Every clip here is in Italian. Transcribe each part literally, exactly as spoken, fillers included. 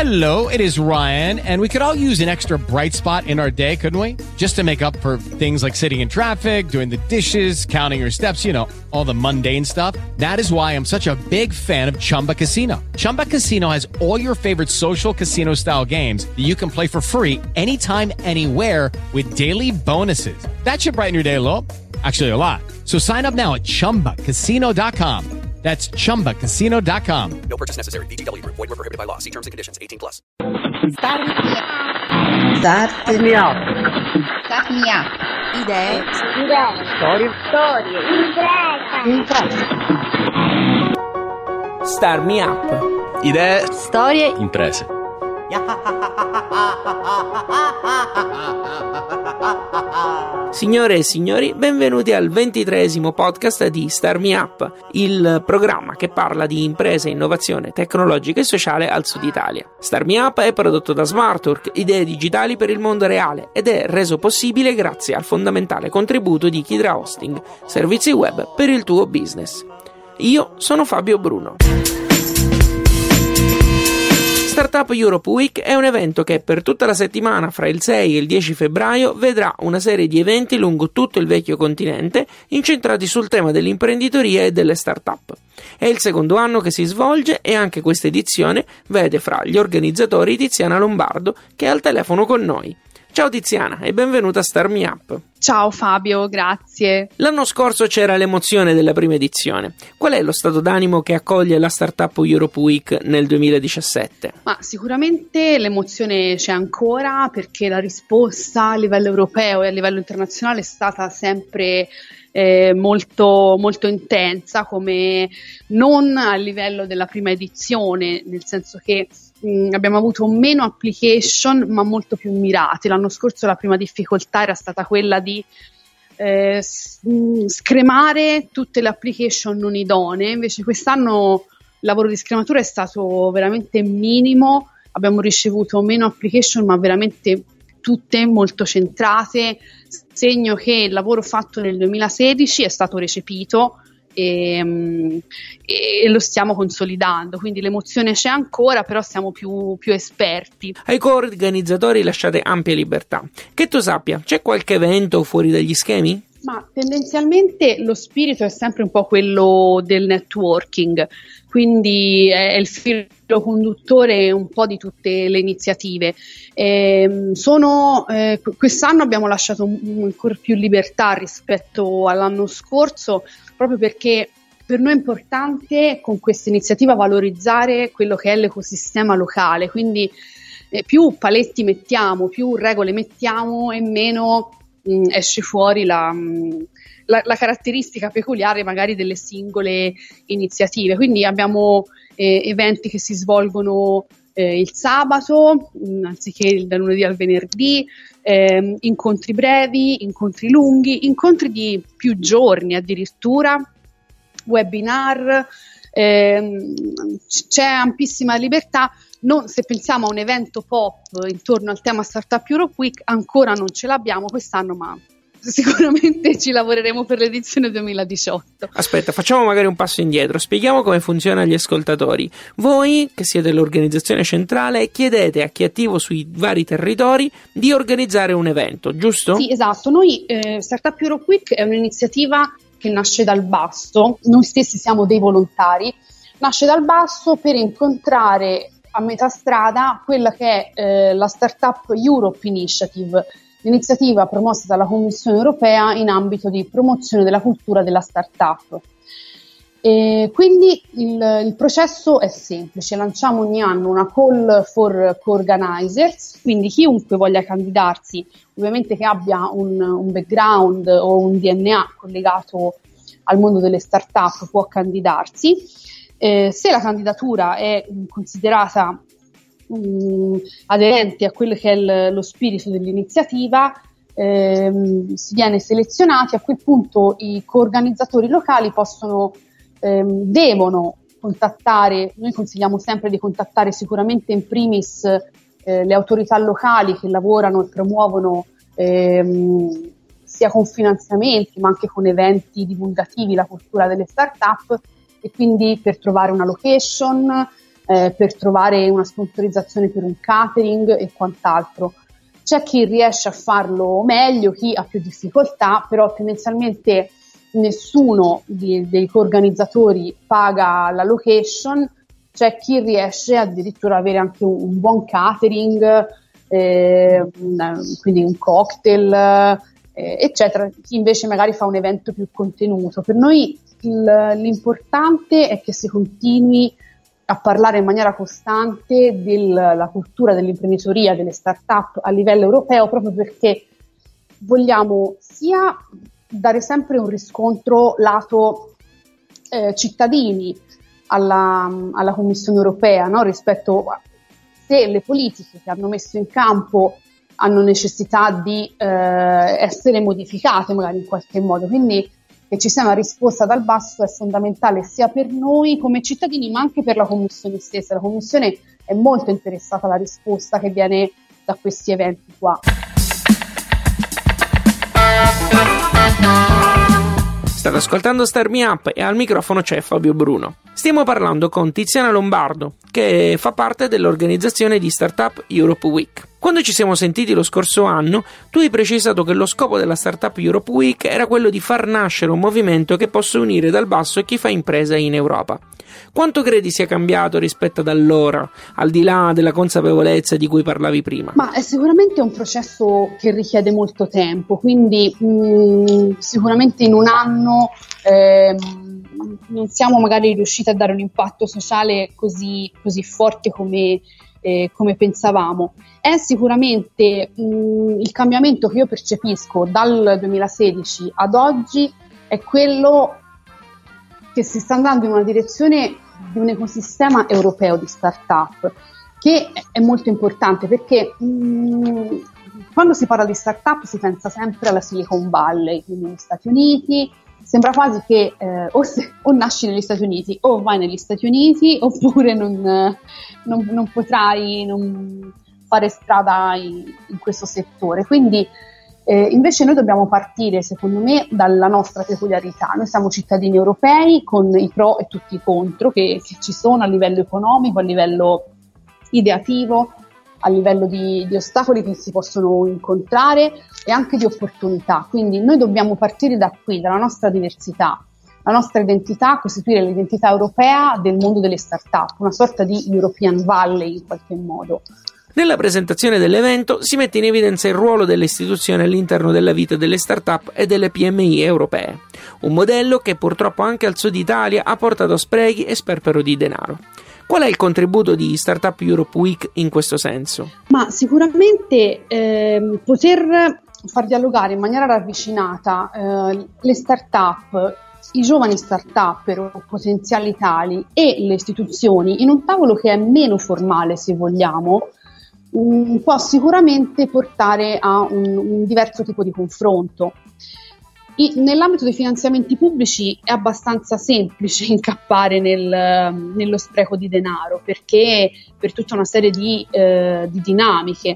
Hello, it is Ryan, and we could all use an extra bright spot in our day, couldn't we? Just to make up for things like sitting in traffic, doing the dishes, counting your steps, you know, all the mundane stuff. That is why I'm such a big fan of Chumba Casino. Chumba Casino has all your favorite social casino-style games that you can play for free anytime, anywhere with daily bonuses. That should brighten your day a little. Actually, a lot. So sign up now at chumba casino dot com. That's chumba casino dot com. No purchase necessary. V G W Group. Void where prohibited by law. See terms and conditions. eighteen plus. Start Start me up. Start me up. Idee. Idee. Storie. Storie. Imprese. Start me up. Idee. Storie. Imprese. Signore e signori, benvenuti al ventitreesimo podcast di Start Me Up, il programma che parla di imprese, innovazione tecnologica e sociale al Sud Italia. Start Me Up è prodotto da Smartwork, idee digitali per il mondo reale, ed è reso possibile grazie al fondamentale contributo di Kidra Hosting, servizi web per il tuo business. Io sono Fabio Bruno. Startup Europe Week è un evento che per tutta la settimana fra il sei e il dieci febbraio vedrà una serie di eventi lungo tutto il vecchio continente incentrati sul tema dell'imprenditoria e delle startup. È il secondo anno che si svolge e anche questa edizione vede fra gli organizzatori Tiziana Lombardo, che è al telefono con noi. Ciao Tiziana e benvenuta a Start Me Up. Ciao Fabio, grazie. L'anno scorso c'era l'emozione della prima edizione. Qual è lo stato d'animo che accoglie la Startup Europe Week nel duemiladiciassette? Ma sicuramente l'emozione c'è ancora, perché la risposta a livello europeo e a livello internazionale è stata sempre eh, molto, molto intensa, come non a livello della prima edizione, nel senso che mh, abbiamo avuto meno application ma molto più mirate. L'anno scorso la prima difficoltà era stata quella di eh, scremare tutte le application non idonee, invece quest'anno il lavoro di scrematura è stato veramente minimo, abbiamo ricevuto meno application ma veramente tutte molto centrate, segno che il lavoro fatto nel duemilasedici è stato recepito e, e lo stiamo consolidando, quindi l'emozione c'è ancora, però siamo più, più esperti. Ai co-organizzatori lasciate ampia libertà. Che tu sappia, c'è qualche evento fuori dagli schemi? Ma tendenzialmente lo spirito è sempre un po' quello del networking, quindi è il filo conduttore un po' di tutte le iniziative. Eh, sono, eh, quest'anno abbiamo lasciato ancora più libertà rispetto all'anno scorso, proprio perché per noi è importante con questa iniziativa valorizzare quello che è l'ecosistema locale, quindi eh, più paletti mettiamo, più regole mettiamo e meno mh, esce fuori la... Mh, La, la caratteristica peculiare magari delle singole iniziative. Quindi abbiamo eh, eventi che si svolgono eh, il sabato mh, anziché dal lunedì al venerdì, eh, incontri brevi, incontri lunghi, incontri di più giorni addirittura, webinar, eh, c'è ampissima libertà. Non, se pensiamo a un evento pop intorno al tema Startup Europe Week, ancora non ce l'abbiamo quest'anno, ma sicuramente ci lavoreremo per l'edizione duemiladiciotto. Aspetta, facciamo magari un passo indietro, spieghiamo come funziona agli ascoltatori. Voi, che siete l'organizzazione centrale, chiedete a chi è attivo sui vari territori di organizzare un evento, giusto? Sì, esatto. Noi, eh, Startup Europe Week è un'iniziativa che nasce dal basso, noi stessi siamo dei volontari, nasce dal basso per incontrare a metà strada quella che è eh, la Startup Europe Initiative, l'iniziativa promossa dalla Commissione europea in ambito di promozione della cultura della startup. E quindi il, il processo è semplice, lanciamo ogni anno una call for co-organizers, quindi chiunque voglia candidarsi, ovviamente che abbia un, un background o un D N A collegato al mondo delle startup può candidarsi. Eh, se la candidatura è considerata mh, aderente a quello che è il, lo spirito dell'iniziativa, ehm, si viene selezionati. A quel punto i coorganizzatori locali possono, ehm, devono contattare, noi consigliamo sempre di contattare sicuramente in primis eh, le autorità locali che lavorano e promuovono ehm, sia con finanziamenti ma anche con eventi divulgativi la cultura delle start-up, e quindi per trovare una location, eh, per trovare una sponsorizzazione per un catering e quant'altro. C'è chi riesce a farlo meglio, chi ha più difficoltà, però tendenzialmente nessuno di, dei organizzatori paga la location. C'è chi riesce addirittura ad avere anche un, un buon catering, eh, un, quindi un cocktail, eh, eccetera. Chi invece magari fa un evento più contenuto. Per noi il, l'importante è che si continui a parlare in maniera costante della cultura dell'imprenditoria, delle start-up a livello europeo, proprio perché vogliamo sia dare sempre un riscontro lato eh, cittadini alla, alla Commissione europea, no? Rispetto a se le politiche che hanno messo in campo hanno necessità di eh, essere modificate magari in qualche modo, quindi che ci sia una risposta dal basso è fondamentale sia per noi come cittadini ma anche per la Commissione stessa. La Commissione è molto interessata alla risposta che viene da questi eventi qua. State ascoltando Start Me Up e al microfono c'è Fabio Bruno. Stiamo parlando con Tiziana Lombardo, che fa parte dell'organizzazione di Startup Europe Week. Quando ci siamo sentiti lo scorso anno, tu hai precisato che lo scopo della Startup Europe Week era quello di far nascere un movimento che possa unire dal basso chi fa impresa in Europa. Quanto credi sia cambiato rispetto ad allora, al di là della consapevolezza di cui parlavi prima? Ma è sicuramente un processo che richiede molto tempo, quindi mh, sicuramente in un anno eh, non siamo magari riusciti a dare un impatto sociale così, così forte come, eh, come pensavamo. È sicuramente mh, il cambiamento che io percepisco dal duemilasedici ad oggi è quello che si sta andando in una direzione di un ecosistema europeo di start-up, che è molto importante perché mh, quando si parla di start-up si pensa sempre alla Silicon Valley, quindi negli Stati Uniti. Sembra quasi che eh, o, se, o nasci negli Stati Uniti o vai negli Stati Uniti oppure non, non, non potrai non fare strada in, in questo settore. Quindi Eh, invece noi dobbiamo partire, secondo me, dalla nostra peculiarità. Noi siamo cittadini europei con i pro e tutti i contro che, che ci sono a livello economico, a livello ideativo, a livello di, di ostacoli che si possono incontrare e anche di opportunità. Quindi noi dobbiamo partire da qui, dalla nostra diversità, la nostra identità, costituire l'identità europea del mondo delle start-up, una sorta di European Valley in qualche modo. Nella presentazione dell'evento si mette in evidenza il ruolo delle istituzioni all'interno della vita delle start-up e delle P M I europee, un modello che purtroppo anche al sud Italia ha portato sprechi e sperpero di denaro. Qual è il contributo di Startup Europe Week in questo senso? Ma sicuramente eh, poter far dialogare in maniera ravvicinata eh, le start-up, i giovani start-up o potenziali tali e le istituzioni in un tavolo che è meno formale, se vogliamo, um, può sicuramente portare a un, un diverso tipo di confronto. I, nell'ambito dei finanziamenti pubblici è abbastanza semplice incappare nel, nello spreco di denaro, perché per tutta una serie di, eh, di dinamiche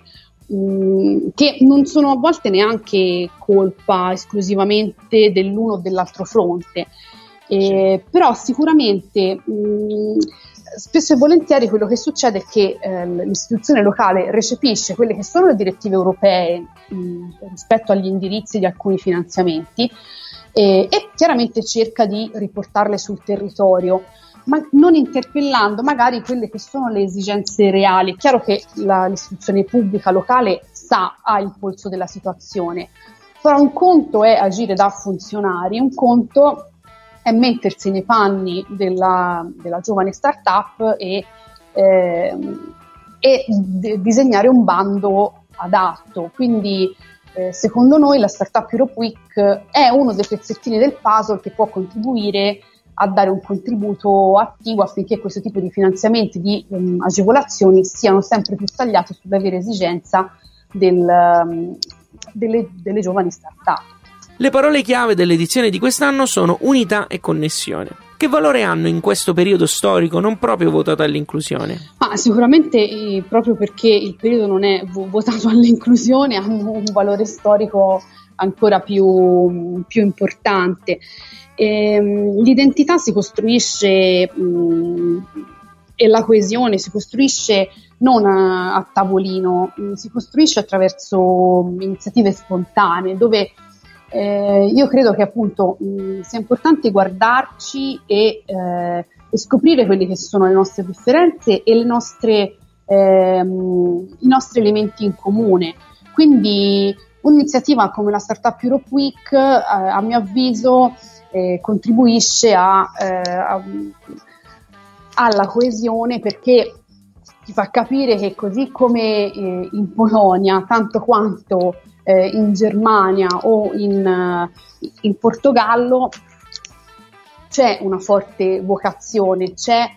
mh, che non sono a volte neanche colpa esclusivamente dell'uno o dell'altro fronte, eh, però sicuramente mh, spesso e volentieri quello che succede è che eh, l'istituzione locale recepisce quelle che sono le direttive europee mh, rispetto agli indirizzi di alcuni finanziamenti eh, e chiaramente cerca di riportarle sul territorio, ma non interpellando magari quelle che sono le esigenze reali. È chiaro che la, l'istituzione pubblica locale sa, ha il polso della situazione, però un conto è agire da funzionari, un conto è mettersi nei panni della, della giovane startup e, eh, e d- disegnare un bando adatto. Quindi eh, secondo noi la Startup Europe Week è uno dei pezzettini del puzzle che può contribuire a dare un contributo attivo affinché questo tipo di finanziamenti, di um, agevolazioni siano sempre più tagliati sulla vera esigenza del, um, delle, delle giovani startup. Le parole chiave dell'edizione di quest'anno sono unità e connessione. Che valore hanno in questo periodo storico non proprio votato all'inclusione? Ah, sicuramente eh, proprio perché il periodo non è vo- votato all'inclusione hanno un valore storico ancora più, più importante. Ehm, l'identità si costruisce mh, e la coesione si costruisce non a, a tavolino, mh, si costruisce attraverso iniziative spontanee, dove eh, io credo che appunto mh, sia importante guardarci e, eh, e scoprire quelle che sono le nostre differenze e le nostre, ehm, i nostri elementi in comune. Quindi un'iniziativa come la Startup Europe Week, eh, a mio avviso, eh, contribuisce a, eh, a, alla coesione, perché ti fa capire che così come eh, in Polonia, tanto quanto eh, in Germania o in, uh, in Portogallo, c'è una forte vocazione, c'è,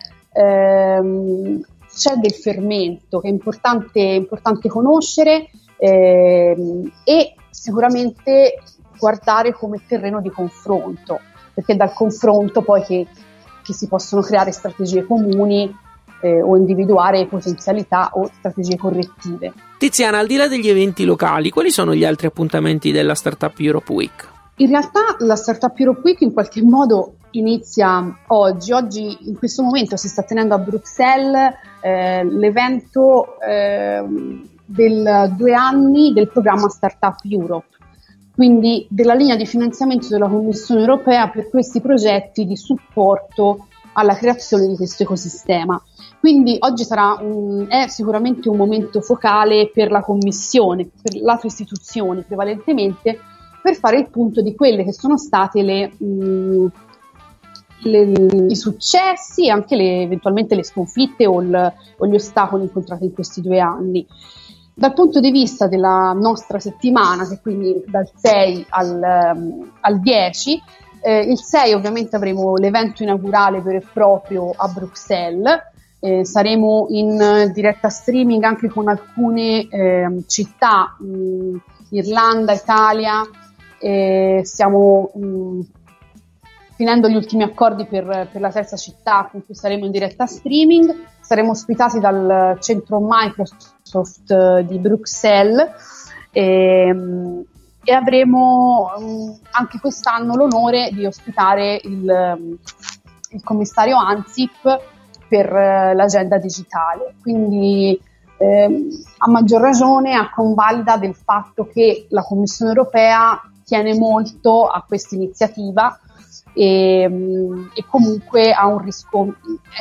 ehm, c'è del fermento che è importante, importante conoscere ehm, e sicuramente guardare come terreno di confronto, perché dal confronto poi che, che si possono creare strategie comuni eh, o individuare potenzialità o strategie correttive. Tiziana, al di là degli eventi locali, quali sono gli altri appuntamenti della Startup Europe Week? In realtà la Startup Europe Week in qualche modo inizia oggi, oggi in questo momento si sta tenendo a Bruxelles eh, l'evento eh, del due anni del programma Startup Europe, quindi della linea di finanziamento della Commissione europea per questi progetti di supporto alla creazione di questo ecosistema. Quindi oggi sarà un, è sicuramente un momento focale per la Commissione, per le altre istituzioni prevalentemente, per fare il punto di quelle che sono state le, mh, le, i successi e anche le, eventualmente le sconfitte o, il, o gli ostacoli incontrati in questi due anni. Dal punto di vista della nostra settimana, che quindi dal sei al, um, al dieci, eh, il sei ovviamente avremo l'evento inaugurale vero e proprio a Bruxelles, eh, saremo in diretta streaming anche con alcune eh, città, mh, Irlanda, Italia, eh, stiamo mh, finendo gli ultimi accordi per, per la terza città con cui saremo in diretta streaming. Saremo ospitati dal centro Microsoft eh, di Bruxelles e, e avremo um, anche quest'anno l'onore di ospitare il, il commissario ANSIP per uh, l'agenda digitale. Quindi eh, a maggior ragione a convalida del fatto che la Commissione europea tiene molto a questa iniziativa e, e comunque ha un riscontro,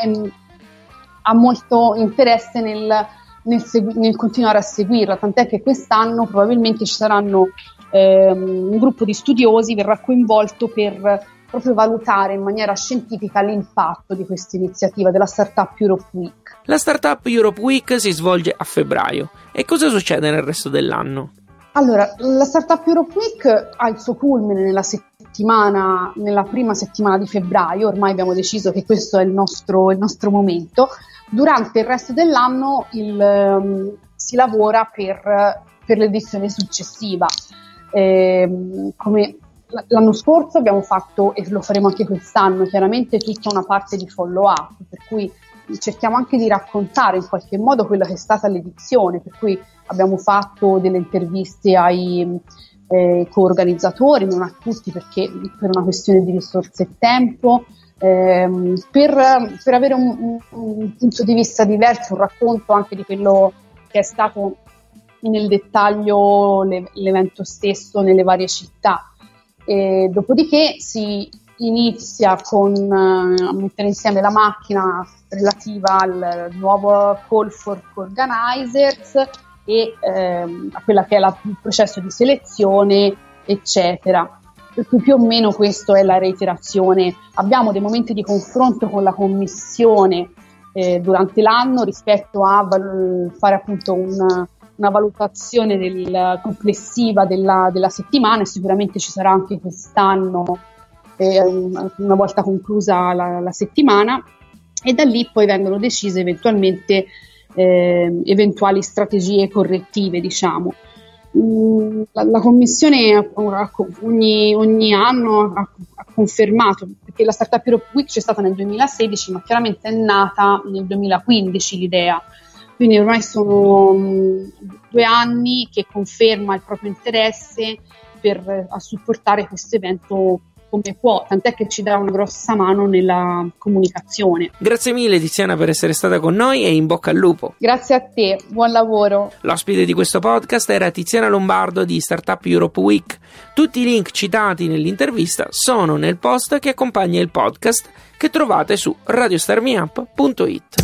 ha molto interesse nel, nel, segui- nel continuare a seguirla, tant'è che quest'anno probabilmente ci saranno ehm, un gruppo di studiosi verrà coinvolto per proprio valutare in maniera scientifica l'impatto di questa iniziativa della Startup Europe Week. La Startup Europe Week si svolge a febbraio. E cosa succede nel resto dell'anno? Allora, la Startup Europe Week ha il suo culmine nella settimana, nella prima settimana di febbraio, ormai abbiamo deciso che questo è il nostro, il nostro momento. Durante il resto dell'anno il, um, si lavora per, per l'edizione successiva. Eh, come l'anno scorso abbiamo fatto, e lo faremo anche quest'anno, chiaramente tutta una parte di follow up, per cui cerchiamo anche di raccontare in qualche modo quella che è stata l'edizione, per cui abbiamo fatto delle interviste ai eh, co-organizzatori, non a tutti perché per una questione di risorse e tempo, ehm, per, per avere un, un, un punto di vista diverso, un racconto anche di quello che è stato nel dettaglio le, l'evento stesso nelle varie città. E dopodiché si inizia con uh, a mettere insieme la macchina relativa al nuovo Call for Organizers e ehm, a quella che è la, il processo di selezione, eccetera. Per cui più o meno questo è la reiterazione. Abbiamo dei momenti di confronto con la Commissione eh, durante l'anno rispetto a val- fare appunto una una valutazione del, complessiva della, della settimana, e sicuramente ci sarà anche quest'anno eh, una volta conclusa la, la settimana, e da lì poi vengono decise eventualmente eh, eventuali strategie correttive, diciamo. Mm, la, la Commissione ha, ha, ogni, ogni anno ha, ha confermato, perché la Startup Europe Week c'è stata nel duemilasedici, ma chiaramente è nata nel duemilaquindici l'idea. Quindi ormai sono um, due anni che conferma il proprio interesse per, a supportare questo evento come può, tant'è che ci dà una grossa mano nella comunicazione. Grazie mille Tiziana per essere stata con noi e in bocca al lupo. Grazie a te, buon lavoro. L'ospite di questo podcast era Tiziana Lombardo di Startup Europe Week. Tutti i link citati nell'intervista sono nel post che accompagna il podcast, che trovate su radio star me up punto it.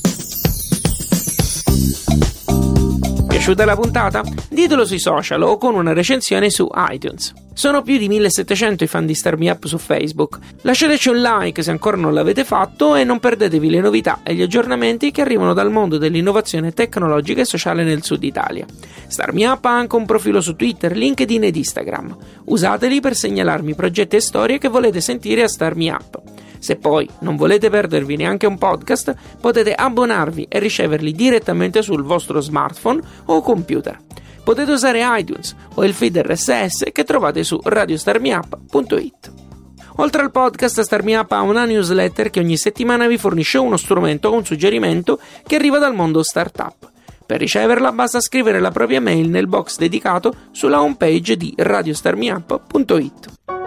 Piaciuta la puntata? Ditelo sui social o con una recensione su iTunes. Sono più di millesettecento i fan di Star Me Up su Facebook. Lasciateci un like se ancora non l'avete fatto e non perdetevi le novità e gli aggiornamenti che arrivano dal mondo dell'innovazione tecnologica e sociale nel sud Italia. Star Me Up ha anche un profilo su Twitter, LinkedIn ed Instagram. Usateli per segnalarmi progetti e storie che volete sentire a Star Me Up. Se poi non volete perdervi neanche un podcast, potete abbonarvi e riceverli direttamente sul vostro smartphone o computer. Potete usare iTunes o il feed R S S che trovate su radio star me up punto it. Oltre al podcast, Star Me Up ha una newsletter che ogni settimana vi fornisce uno strumento o un suggerimento che arriva dal mondo startup. Per riceverla basta scrivere la propria mail nel box dedicato sulla homepage di radio star me up punto it.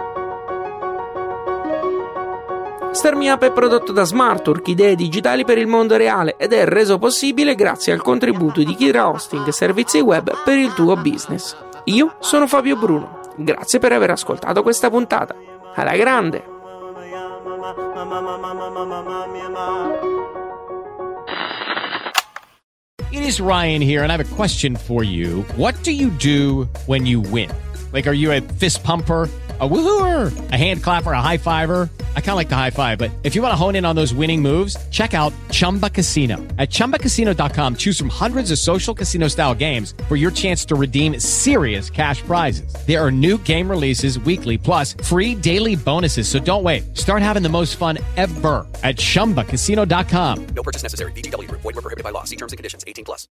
Star Me Up è prodotto da Smartwork, idee digitali per il mondo reale, ed è reso possibile grazie al contributo di Kira Hosting e servizi web per il tuo business. Io sono Fabio Bruno, grazie per aver ascoltato questa puntata. Alla grande! It is Ryan here, and I have a question for you. What do you do when you win? Like, are you a fist pumper, a woohooer, a hand clapper, a high fiver? I kind of like the high five, but if you want to hone in on those winning moves, check out Chumba Casino. At chumba casino dot com, choose from hundreds of social casino style games for your chance to redeem serious cash prizes. There are new game releases weekly, plus free daily bonuses. So don't wait. Start having the most fun ever at chumba casino dot com. No purchase necessary. V G W Group. Void where prohibited by law. See terms and conditions. eighteen plus.